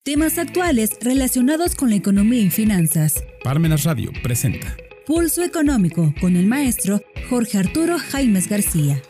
Temas actuales relacionados con la economía y finanzas. Parmenas Radio presenta Pulso Económico con el maestro Jorge Arturo Jaimes García.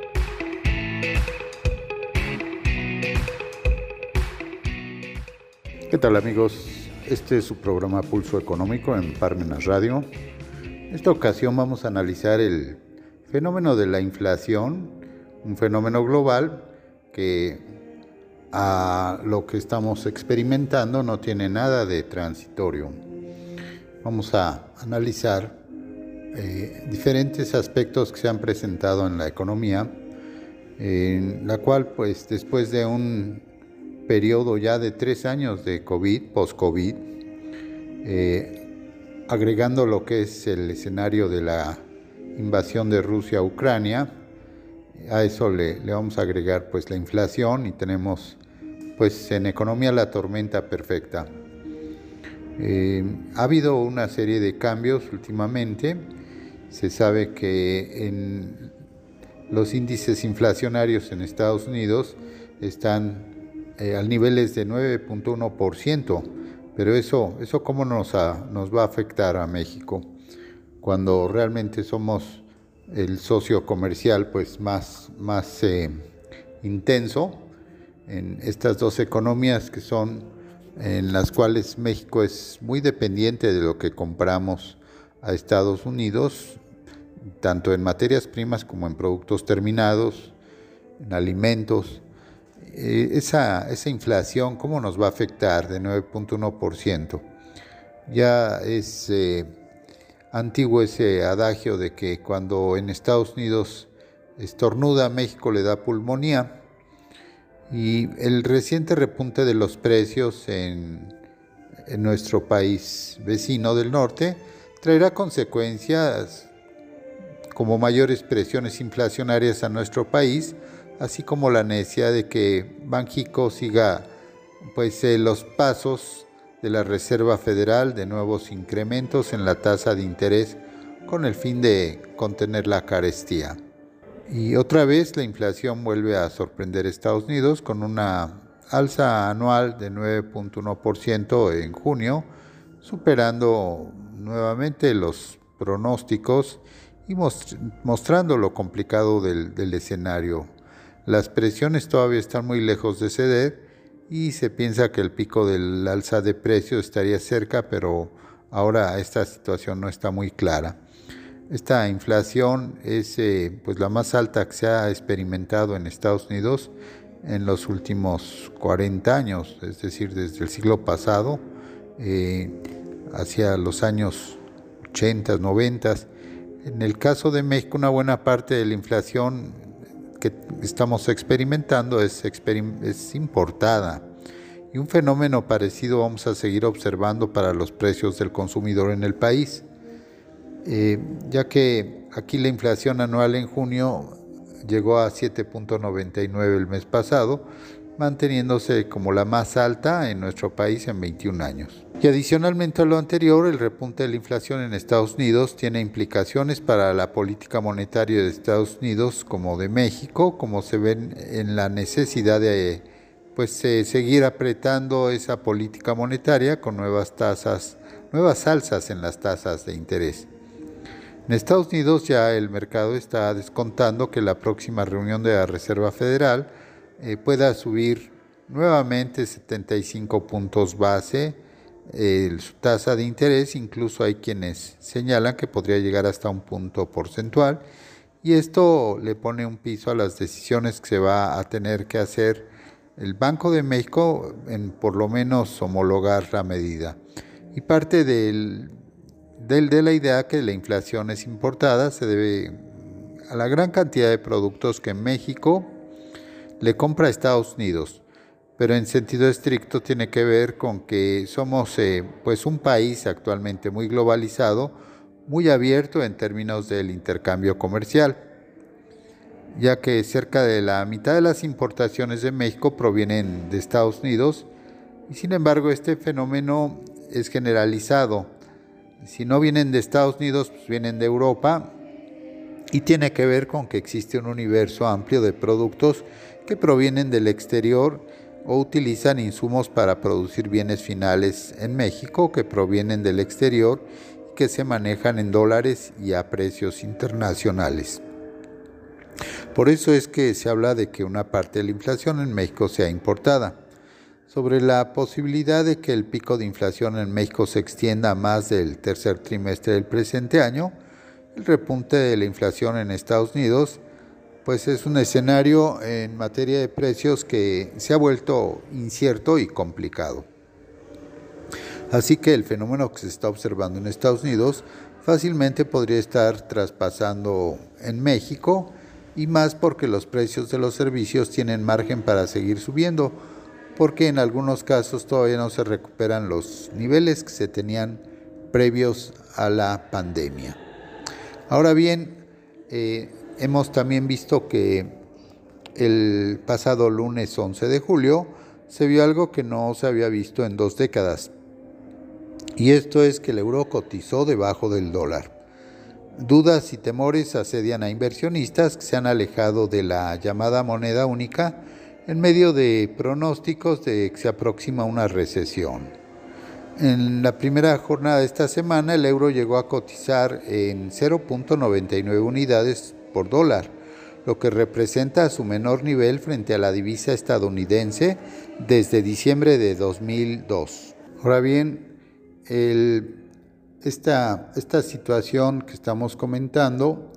¿Qué tal, amigos? Este es su programa Pulso Económico en Parmenas Radio. En esta ocasión vamos a analizar el fenómeno de la inflación, un fenómeno global que a lo que estamos experimentando no tiene nada de transitorio. Vamos a analizar diferentes aspectos que se han presentado en la economía, en la cual, pues, después de un periodo ya de 3 años de COVID, post-COVID, agregando lo que es el escenario de la invasión de Rusia a Ucrania, a eso le vamos a agregar pues la inflación y tenemos pues en economía la tormenta perfecta. Ha habido una serie de cambios últimamente. Se sabe que en los índices inflacionarios en Estados Unidos están al niveles de 9.1%, pero eso ¿cómo nos va a afectar a México? Cuando realmente somos el socio comercial pues más intenso en estas dos economías que son en las cuales México es muy dependiente de lo que compramos a Estados Unidos, tanto en materias primas como en productos terminados, en alimentos. Esa inflación, ¿cómo nos va a afectar de 9.1%? Ya es antiguo ese adagio de que cuando en Estados Unidos estornuda, México le da pulmonía. Y el reciente repunte de los precios en nuestro país vecino del norte traerá consecuencias como mayores presiones inflacionarias a nuestro país, así como la necesidad de que Banxico siga pues, los pasos de la Reserva Federal de nuevos incrementos en la tasa de interés con el fin de contener la carestía. Y otra vez la inflación vuelve a sorprender a Estados Unidos con una alza anual de 9.1% en junio, superando nuevamente los pronósticos y mostrando lo complicado del escenario. Las presiones todavía están muy lejos de ceder y se piensa que el pico del alza de precios estaría cerca, pero ahora esta situación no está muy clara. Esta inflación es pues la más alta que se ha experimentado en Estados Unidos en los últimos 40 años, es decir, desde el siglo pasado, hacia los años 80, 90. En el caso de México, una buena parte de la inflación que estamos experimentando es importada. Y un fenómeno parecido vamos a seguir observando para los precios del consumidor en el país. Ya que aquí la inflación anual en junio llegó a 7.99 el mes pasado, manteniéndose como la más alta en nuestro país en 21 años. Y adicionalmente a lo anterior, el repunte de la inflación en Estados Unidos tiene implicaciones para la política monetaria de Estados Unidos como de México, como se ven en la necesidad de seguir apretando esa política monetaria con nuevas alzas en las tasas de interés. En Estados Unidos ya el mercado está descontando que la próxima reunión de la Reserva Federal pueda subir nuevamente 75 puntos base su tasa de interés. Incluso hay quienes señalan que podría llegar hasta un punto porcentual, y esto le pone un piso a las decisiones que se va a tener que hacer el Banco de México en por lo menos homologar la medida. Y parte de la idea que la inflación es importada se debe a la gran cantidad de productos que México le compra a Estados Unidos, pero en sentido estricto tiene que ver con que somos un país actualmente muy globalizado, muy abierto en términos del intercambio comercial, ya que cerca de la mitad de las importaciones de México provienen de Estados Unidos, y sin embargo este fenómeno es generalizado. Si no vienen de Estados Unidos, pues vienen de Europa, y tiene que ver con que existe un universo amplio de productos que provienen del exterior o utilizan insumos para producir bienes finales en México que provienen del exterior y que se manejan en dólares y a precios internacionales. Por eso es que se habla de que una parte de la inflación en México sea importada. Sobre la posibilidad de que el pico de inflación en México se extienda a más del tercer trimestre del presente año, el repunte de la inflación en Estados Unidos pues es un escenario en materia de precios que se ha vuelto incierto y complicado. Así que el fenómeno que se está observando en Estados Unidos fácilmente podría estar traspasando en México, y más porque los precios de los servicios tienen margen para seguir subiendo, porque en algunos casos todavía no se recuperan los niveles que se tenían previos a la pandemia. Ahora bien, hemos también visto que el pasado lunes 11 de julio se vio algo que no se había visto en 2 décadas, y esto es que el euro cotizó debajo del dólar. Dudas y temores asedian a inversionistas que se han alejado de la llamada moneda única en medio de pronósticos de que se aproxima una recesión. En la primera jornada de esta semana, el euro llegó a cotizar en 0.99 unidades por dólar, lo que representa su menor nivel frente a la divisa estadounidense desde diciembre de 2002. Ahora bien, esta situación que estamos comentando,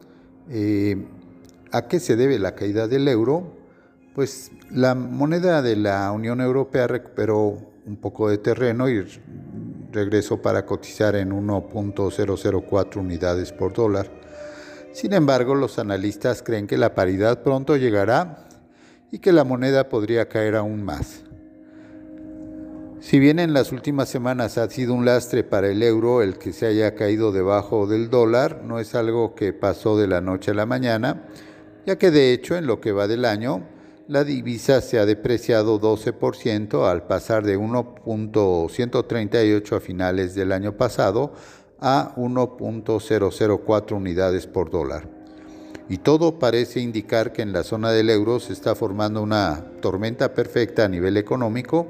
¿a qué se debe la caída del euro? Pues la moneda de la Unión Europea recuperó un poco de terreno y regresó para cotizar en 1.004 unidades por dólar. Sin embargo, los analistas creen que la paridad pronto llegará y que la moneda podría caer aún más. Si bien en las últimas semanas ha sido un lastre para el euro el que se haya caído debajo del dólar, no es algo que pasó de la noche a la mañana, ya que de hecho en lo que va del año, la divisa se ha depreciado 12% al pasar de 1.138 a finales del año pasado a 1.004 unidades por dólar. Y todo parece indicar que en la zona del euro se está formando una tormenta perfecta a nivel económico.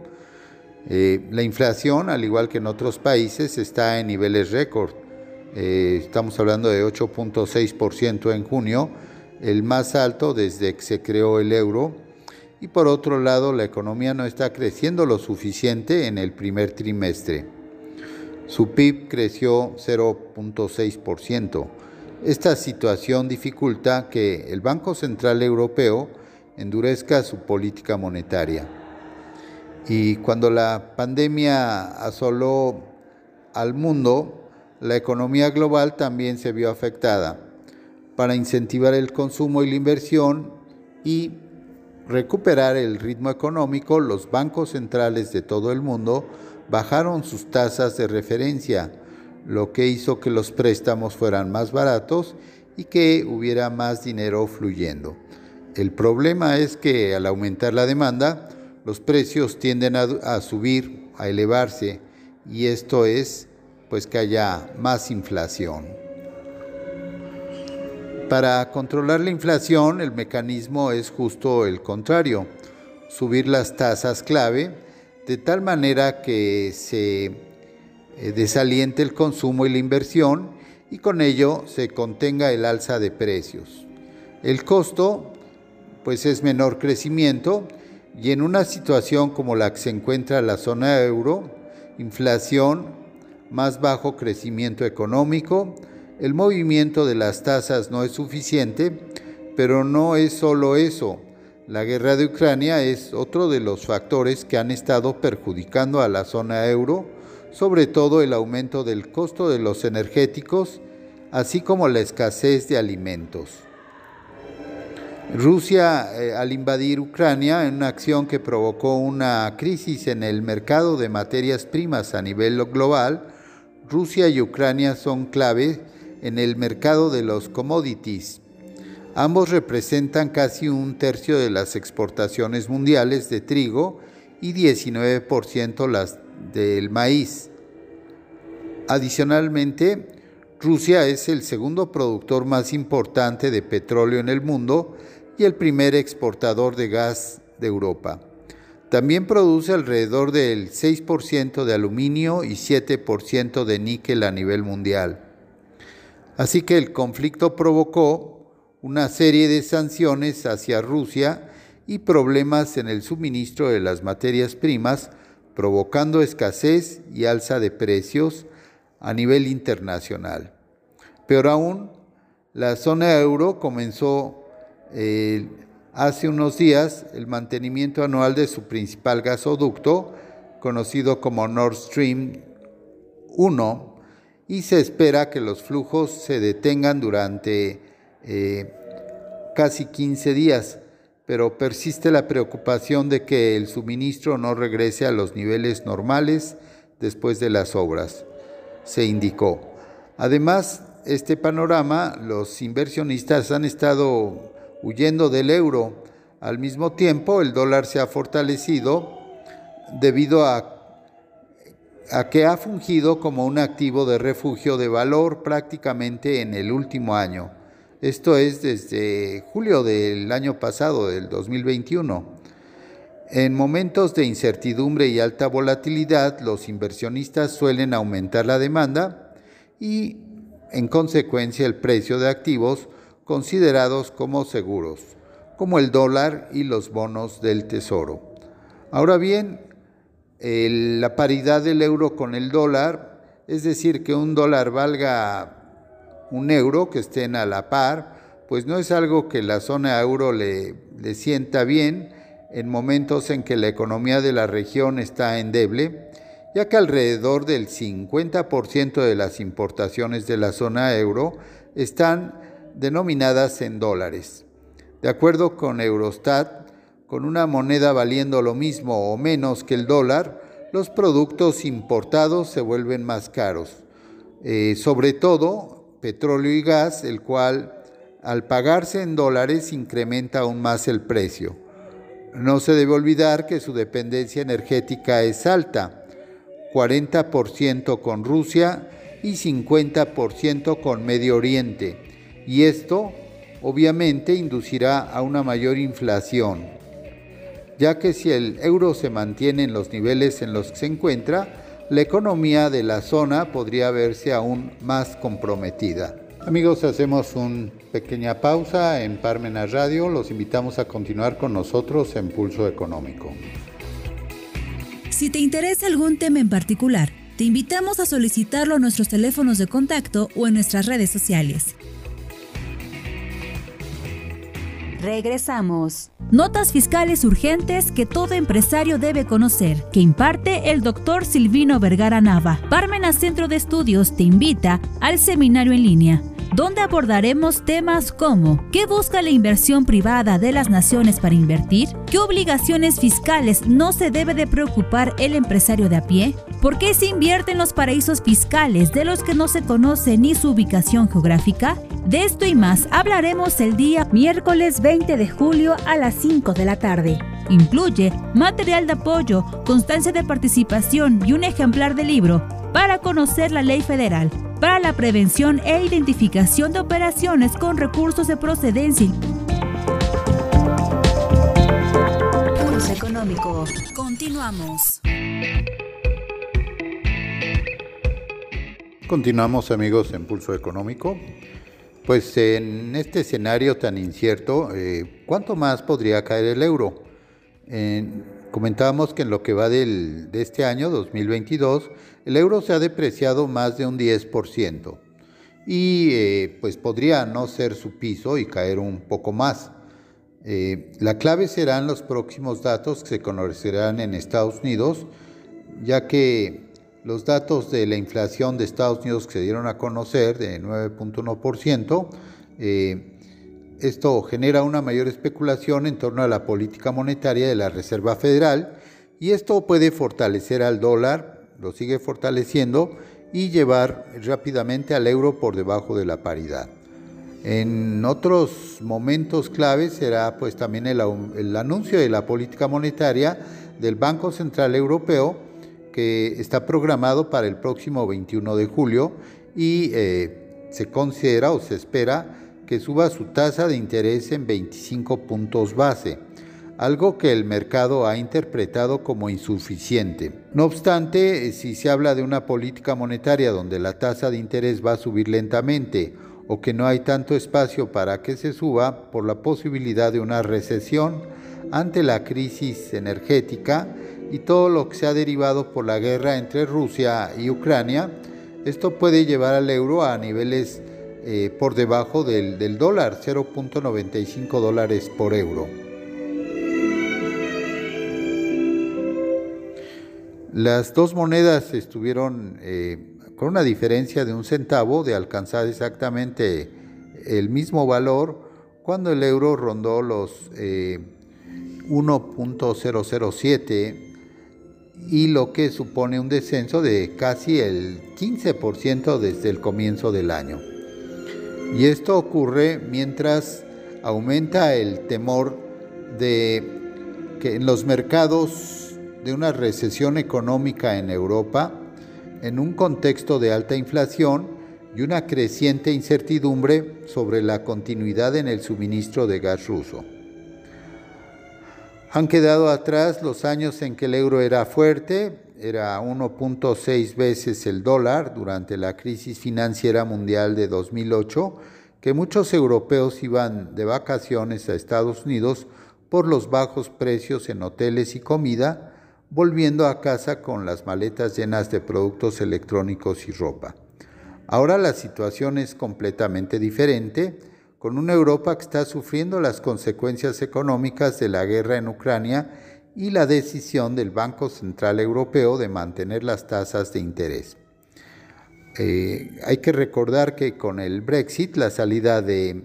La inflación, al igual que en otros países, está en niveles récord. Estamos hablando de 8.6% en junio, el más alto desde que se creó el euro. Y por otro lado, la economía no está creciendo lo suficiente en el primer trimestre. Su PIB creció 0.6%. Esta situación dificulta que el Banco Central Europeo endurezca su política monetaria. Y cuando la pandemia asoló al mundo, la economía global también se vio afectada. Para incentivar el consumo y la inversión y recuperar el ritmo económico, los bancos centrales de todo el mundo bajaron sus tasas de referencia, lo que hizo que los préstamos fueran más baratos y que hubiera más dinero fluyendo. El problema es que al aumentar la demanda, los precios tienden a subir, a elevarse, y esto es pues que haya más inflación. Para controlar la inflación, el mecanismo es justo el contrario: subir las tasas clave de tal manera que se desaliente el consumo y la inversión, y con ello se contenga el alza de precios. El costo pues es menor crecimiento, y en una situación como la que se encuentra la zona euro, inflación, más bajo crecimiento económico, el movimiento de las tasas no es suficiente, pero no es solo eso. La guerra de Ucrania es otro de los factores que han estado perjudicando a la zona euro, sobre todo el aumento del costo de los energéticos, así como la escasez de alimentos. Rusia, al invadir Ucrania, en una acción que provocó una crisis en el mercado de materias primas a nivel global, Rusia y Ucrania son clave en el mercado de los commodities. Ambos representan casi un tercio de las exportaciones mundiales de trigo y 19% las del maíz. Adicionalmente, Rusia es el segundo productor más importante de petróleo en el mundo y el primer exportador de gas de Europa. También produce alrededor del 6% de aluminio y 7% de níquel a nivel mundial. Así que el conflicto provocó una serie de sanciones hacia Rusia y problemas en el suministro de las materias primas, provocando escasez y alza de precios a nivel internacional. Peor aún, la zona euro comenzó hace unos días el mantenimiento anual de su principal gasoducto, conocido como Nord Stream 1, y se espera que los flujos se detengan durante casi 15 días, pero persiste la preocupación de que el suministro no regrese a los niveles normales después de las obras, se indicó. Además, este panorama, los inversionistas han estado huyendo del euro. Al mismo tiempo, el dólar se ha fortalecido debido a que ha fungido como un activo de refugio de valor prácticamente en el último año. Esto es desde julio del año pasado, del 2021. En momentos de incertidumbre y alta volatilidad, los inversionistas suelen aumentar la demanda y, en consecuencia, el precio de activos considerados como seguros, como el dólar y los bonos del tesoro. Ahora bien, la paridad del euro con el dólar, es decir, que un dólar valga un euro, que estén a la par, pues no es algo que la zona euro le sienta bien en momentos en que la economía de la región está endeble, ya que alrededor del 50% de las importaciones de la zona euro están denominadas en dólares. De acuerdo con Eurostat, con una moneda valiendo lo mismo o menos que el dólar, los productos importados se vuelven más caros, sobre todo petróleo y gas, el cual al pagarse en dólares incrementa aún más el precio. No se debe olvidar que su dependencia energética es alta, 40% con Rusia y 50% con Medio Oriente, y esto obviamente inducirá a una mayor inflación, ya que si el euro se mantiene en los niveles en los que se encuentra, la economía de la zona podría verse aún más comprometida. Amigos, hacemos una pequeña pausa en Parmenas Radio. Los invitamos a continuar con nosotros en Pulso Económico. Si te interesa algún tema en particular, te invitamos a solicitarlo a nuestros teléfonos de contacto o en nuestras redes sociales. Regresamos. Notas fiscales urgentes que todo empresario debe conocer, que imparte el Dr. Silvino Vergara Nava. Parmenas Centro de Estudios te invita al seminario en línea, donde abordaremos temas como ¿qué busca la inversión privada de las naciones para invertir? ¿Qué obligaciones fiscales no se debe de preocupar el empresario de a pie? ¿Por qué se invierte en los paraísos fiscales de los que no se conoce ni su ubicación geográfica? De esto y más hablaremos el día miércoles 20 de julio a las 5 de la tarde. Incluye material de apoyo, constancia de participación y un ejemplar de libro para conocer la ley federal para la prevención e identificación de operaciones con recursos de procedencia. Pulso Económico. Continuamos. Continuamos, amigos, en Pulso Económico. Pues en este escenario tan incierto, ¿cuánto más podría caer el euro? Comentábamos que en lo que va de este año, 2022, el euro se ha depreciado más de un 10% y pues podría no ser su piso y caer un poco más. La clave serán los próximos datos que se conocerán en Estados Unidos, ya que los datos de la inflación de Estados Unidos que se dieron a conocer de 9.1%, esto genera una mayor especulación en torno a la política monetaria de la Reserva Federal y esto puede fortalecer al dólar, lo sigue fortaleciendo y llevar rápidamente al euro por debajo de la paridad. En otros momentos claves será pues también el anuncio de la política monetaria del Banco Central Europeo, que está programado para el próximo 21 de julio y se considera o se espera que suba su tasa de interés en 25 puntos base. algo que el mercado ha interpretado como insuficiente. No obstante, si se habla de una política monetaria donde la tasa de interés va a subir lentamente o que no hay tanto espacio para que se suba por la posibilidad de una recesión ante la crisis energética y todo lo que se ha derivado por la guerra entre Rusia y Ucrania, esto puede llevar al euro a niveles por debajo del dólar, 0.95 dólares por euro. Las dos monedas estuvieron con una diferencia de 1 centavo de alcanzar exactamente el mismo valor cuando el euro rondó los 1.007 y lo que supone un descenso de casi el 15% desde el comienzo del año. Y esto ocurre mientras aumenta el temor de que en los mercados de una recesión económica en Europa, en un contexto de alta inflación y una creciente incertidumbre sobre la continuidad en el suministro de gas ruso. Han quedado atrás los años en que el euro era fuerte, era 1.6 veces el dólar durante la crisis financiera mundial de 2008, que muchos europeos iban de vacaciones a Estados Unidos por los bajos precios en hoteles y comida, volviendo a casa con las maletas llenas de productos electrónicos y ropa. Ahora la situación es completamente diferente, con una Europa que está sufriendo las consecuencias económicas de la guerra en Ucrania y la decisión del Banco Central Europeo de mantener las tasas de interés. Hay que recordar que con el Brexit, la salida del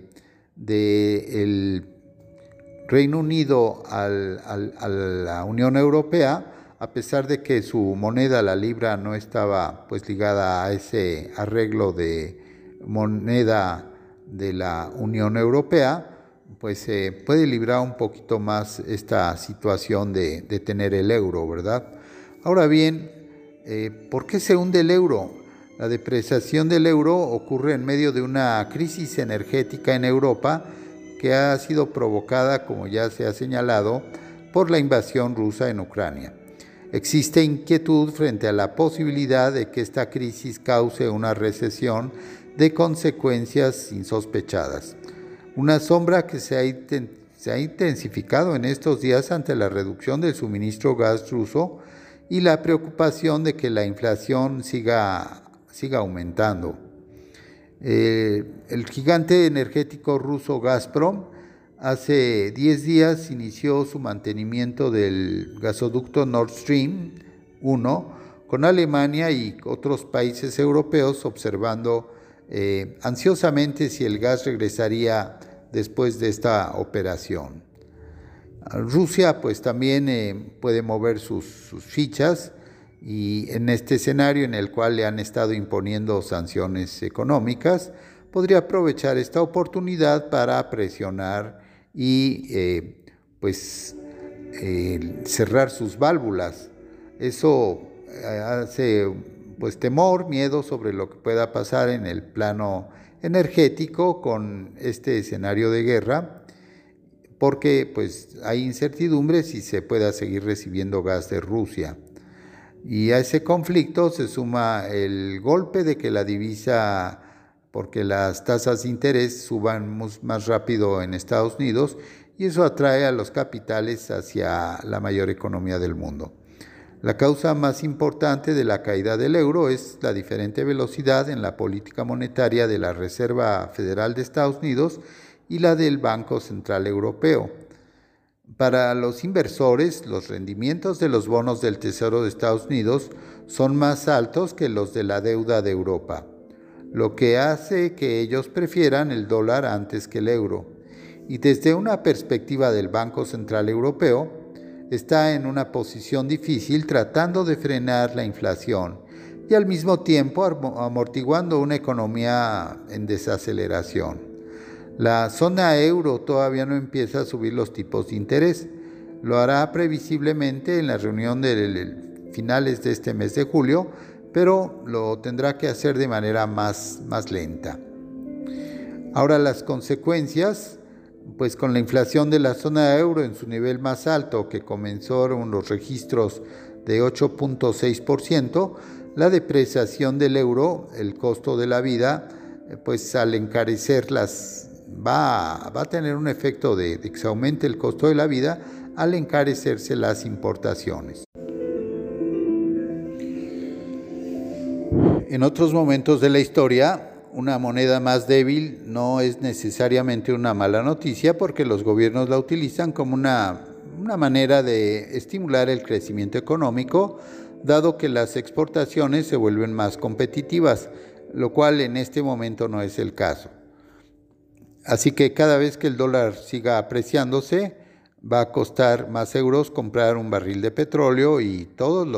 Reino Unido a la Unión Europea, a pesar de que su moneda, la libra, no estaba ligada a ese arreglo de moneda de la Unión Europea, puede librar un poquito más esta situación de tener el euro, ¿verdad? Ahora bien, ¿por qué se hunde el euro? La depreciación del euro ocurre en medio de una crisis energética en Europa que ha sido provocada, como ya se ha señalado, por la invasión rusa en Ucrania. Existe inquietud frente a la posibilidad de que esta crisis cause una recesión de consecuencias insospechadas. Una sombra que se ha intensificado en estos días ante la reducción del suministro gas ruso y la preocupación de que la inflación siga aumentando. El gigante energético ruso Gazprom hace 10 días inició su mantenimiento del gasoducto Nord Stream 1 con Alemania y otros países europeos observando ansiosamente si el gas regresaría después de esta operación. Rusia también puede mover sus fichas y en este escenario en el cual le han estado imponiendo sanciones económicas, podría aprovechar esta oportunidad para presionar y cerrar sus válvulas. Eso hace temor, miedo sobre lo que pueda pasar en el plano energético con este escenario de guerra, porque hay incertidumbre si se pueda seguir recibiendo gas de Rusia. Y a ese conflicto se suma el golpe de que la divisa, porque las tasas de interés suban más rápido en Estados Unidos, y eso atrae a los capitales hacia la mayor economía del mundo. La causa más importante de la caída del euro es la diferente velocidad en la política monetaria de la Reserva Federal de Estados Unidos y la del Banco Central Europeo. Para los inversores, los rendimientos de los bonos del Tesoro de Estados Unidos son más altos que los de la deuda de Europa, lo que hace que ellos prefieran el dólar antes que el euro. Y desde una perspectiva del Banco Central Europeo, está en una posición difícil tratando de frenar la inflación y al mismo tiempo amortiguando una economía en desaceleración. La zona euro todavía no empieza a subir los tipos de interés. Lo hará previsiblemente en la reunión de finales de este mes de julio, pero lo tendrá que hacer de manera más lenta. Ahora las consecuencias pues con la inflación de la zona euro en su nivel más alto, que comenzaron los registros de 8.6%, la depreciación del euro, el costo de la vida, pues al encarecerlas va a tener un efecto de que se aumente el costo de la vida al encarecerse las importaciones. En otros momentos de la historia, una moneda más débil no es necesariamente una mala noticia porque los gobiernos la utilizan como una manera de estimular el crecimiento económico, dado que las exportaciones se vuelven más competitivas, lo cual en este momento no es el caso. Así que cada vez que el dólar siga apreciándose, va a costar más euros comprar un barril de petróleo y todos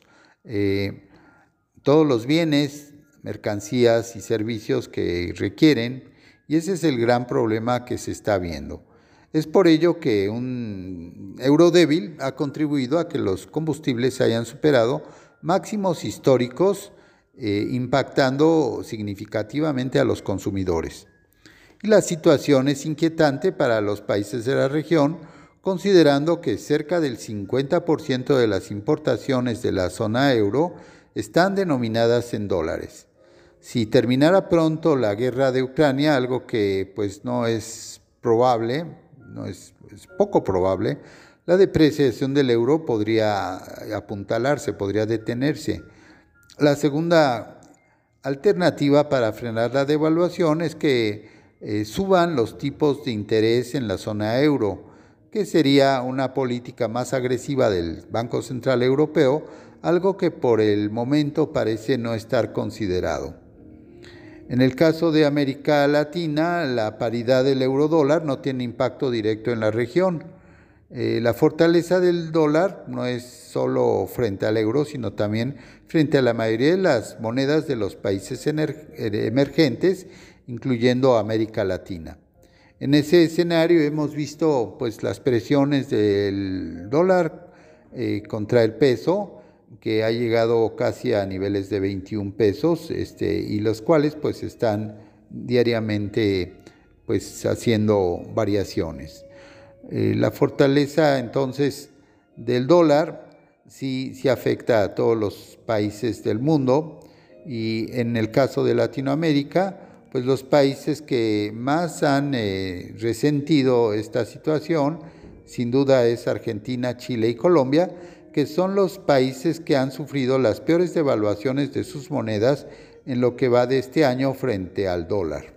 los bienes, mercancías y servicios que requieren, y ese es el gran problema que se está viendo. Es por ello que un euro débil ha contribuido a que los combustibles hayan superado máximos históricos, impactando significativamente a los consumidores. Y la situación es inquietante para los países de la región, considerando que cerca del 50% de las importaciones de la zona euro están denominadas en dólares. Si terminara pronto la guerra de Ucrania, algo que pues no es probable, es poco probable, la depreciación del euro podría apuntalarse, podría detenerse. La segunda alternativa para frenar la devaluación es que suban los tipos de interés en la zona euro, que sería una política más agresiva del Banco Central Europeo, algo que por el momento parece no estar considerado. En el caso de América Latina, la paridad del euro-dólar no tiene impacto directo en la región. La fortaleza del dólar no es solo frente al euro, sino también frente a la mayoría de las monedas de los países emergentes, incluyendo América Latina. En ese escenario hemos visto pues, las presiones del dólar contra el peso, que ha llegado casi a niveles de 21 pesos, y los cuales pues están diariamente pues haciendo variaciones. La fortaleza entonces del dólar sí afecta a todos los países del mundo, y en el caso de Latinoamérica, pues los países que más han resentido esta situación, sin duda es Argentina, Chile y Colombia, que son los países que han sufrido las peores devaluaciones de sus monedas en lo que va de este año frente al dólar.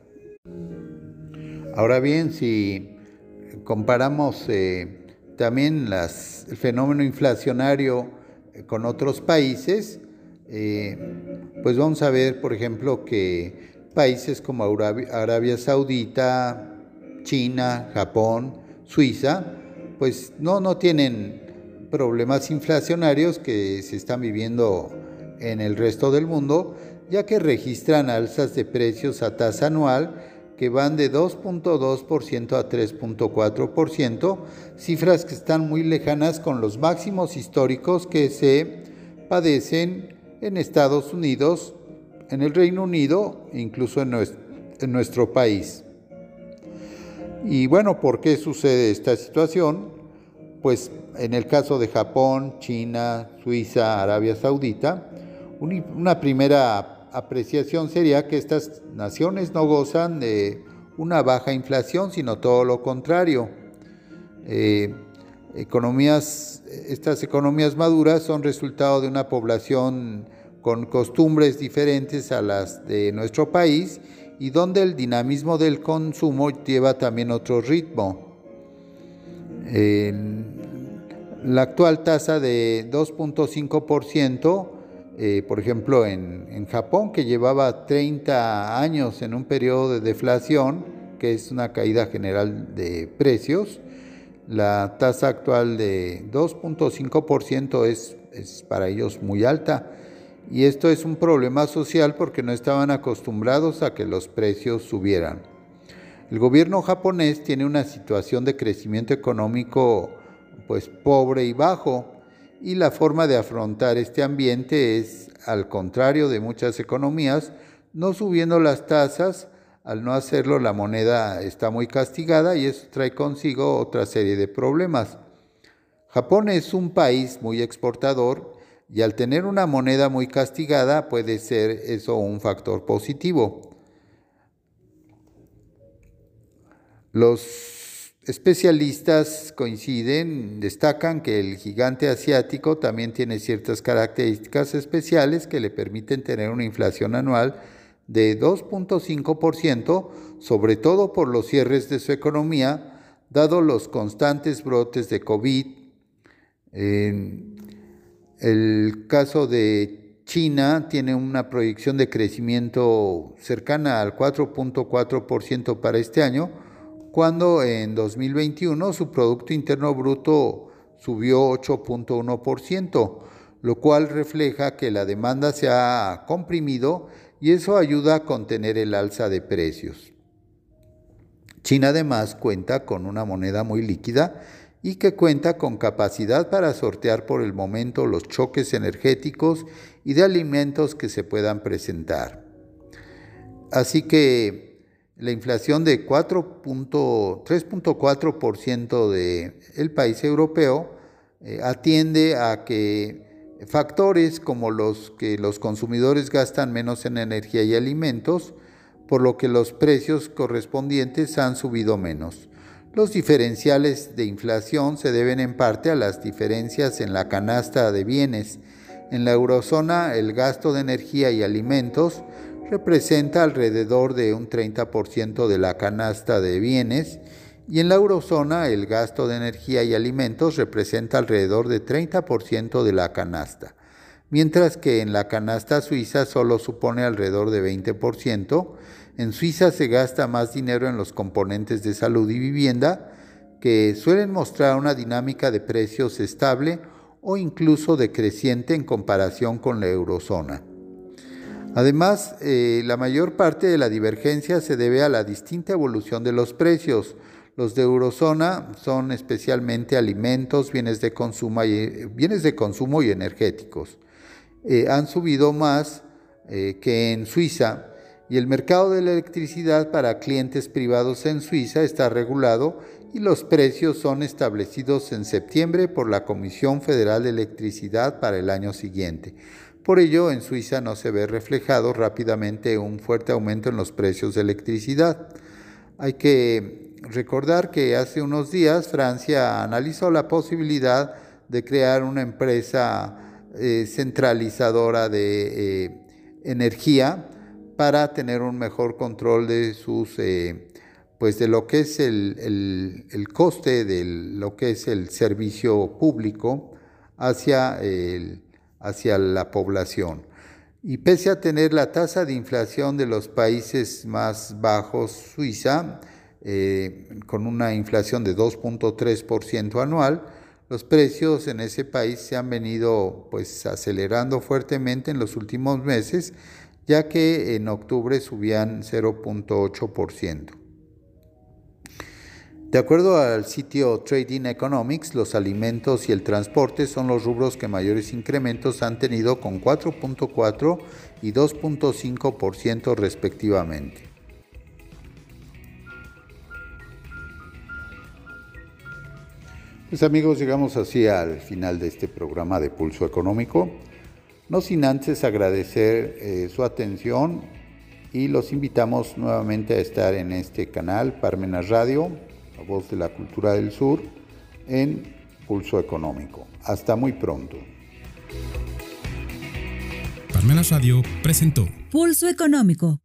Ahora bien, si comparamos también el fenómeno inflacionario con otros países, pues vamos a ver, por ejemplo, que países como Arabia Saudita, China, Japón, Suiza, pues no tienen problemas inflacionarios que se están viviendo en el resto del mundo, ya que registran alzas de precios a tasa anual que van de 2.2% a 3.4%, cifras que están muy lejanas con los máximos históricos que se padecen en Estados Unidos, en el Reino Unido e incluso en nuestro país. Y bueno, ¿por qué sucede esta situación? Pues en el caso de Japón, China, Suiza, Arabia Saudita, una primera apreciación sería que estas naciones no gozan de una baja inflación, sino todo lo contrario. Estas economías maduras son resultado de una población con costumbres diferentes a las de nuestro país y donde el dinamismo del consumo lleva también otro ritmo. La actual tasa de 2.5%, por ejemplo en Japón, que llevaba 30 años en un periodo de deflación, que es una caída general de precios, la tasa actual de 2.5% es para ellos muy alta. Y esto es un problema social porque no estaban acostumbrados a que los precios subieran. El gobierno japonés tiene una situación de crecimiento económico pues pobre y bajo, y la forma de afrontar este ambiente es, al contrario de muchas economías, no subiendo las tasas Al no hacerlo, la moneda está muy castigada y eso trae consigo otra serie de problemas. Japón es un país muy exportador y al tener una moneda muy castigada puede ser eso un factor positivo. Los especialistas destacan que el gigante asiático también tiene ciertas características especiales que le permiten tener una inflación anual de 2.5%, sobre todo por los cierres de su economía, dado los constantes brotes de COVID. En el caso de China tiene una proyección de crecimiento cercana al 4.4% para este año, cuando en 2021 su Producto Interno Bruto subió 8.1%, lo cual refleja que la demanda se ha comprimido y eso ayuda a contener el alza de precios. China además cuenta con una moneda muy líquida y que cuenta con capacidad para sortear por el momento los choques energéticos y de alimentos que se puedan presentar. Así que la inflación de 3.4% del país europeo atiende a que factores como los que los consumidores gastan menos en energía y alimentos, por lo que los precios correspondientes han subido menos. Los diferenciales de inflación se deben en parte a las diferencias en la canasta de bienes. En la eurozona, el gasto de energía y alimentos representa alrededor de un 30% de la canasta de bienes, y en la eurozona el gasto de energía y alimentos representa alrededor de 30% de la canasta, mientras que en la canasta suiza solo supone alrededor de 20%. En Suiza se gasta más dinero en los componentes de salud y vivienda, que suelen mostrar una dinámica de precios estable o incluso decreciente en comparación con la eurozona. Además, la mayor parte de la divergencia se debe a la distinta evolución de los precios. Los de eurozona son especialmente alimentos, bienes de consumo y energéticos. Han subido más que en Suiza, y el mercado de la electricidad para clientes privados en Suiza está regulado y los precios son establecidos en septiembre por la Comisión Federal de Electricidad para el año siguiente. Por ello, en Suiza no se ve reflejado rápidamente un fuerte aumento en los precios de electricidad. Hay que recordar que hace unos días Francia analizó la posibilidad de crear una empresa centralizadora de energía para tener un mejor control de sus de lo que es el coste de lo que es el servicio público hacia la población. Y pese a tener la tasa de inflación de los países más bajos, Suiza, con una inflación de 2.3% anual, los precios en ese país se han venido acelerando fuertemente en los últimos meses, ya que en octubre subían 0.8%. De acuerdo al sitio Trading Economics, los alimentos y el transporte son los rubros que mayores incrementos han tenido, con 4.4% y 2.5% respectivamente. Pues amigos, llegamos así al final de este programa de Pulso Económico. No sin antes agradecer su atención y los invitamos nuevamente a estar en este canal Parmenas Radio, la voz de la cultura del sur, en Pulso Económico. Hasta muy pronto. Parmenas Radio presentó Pulso Económico.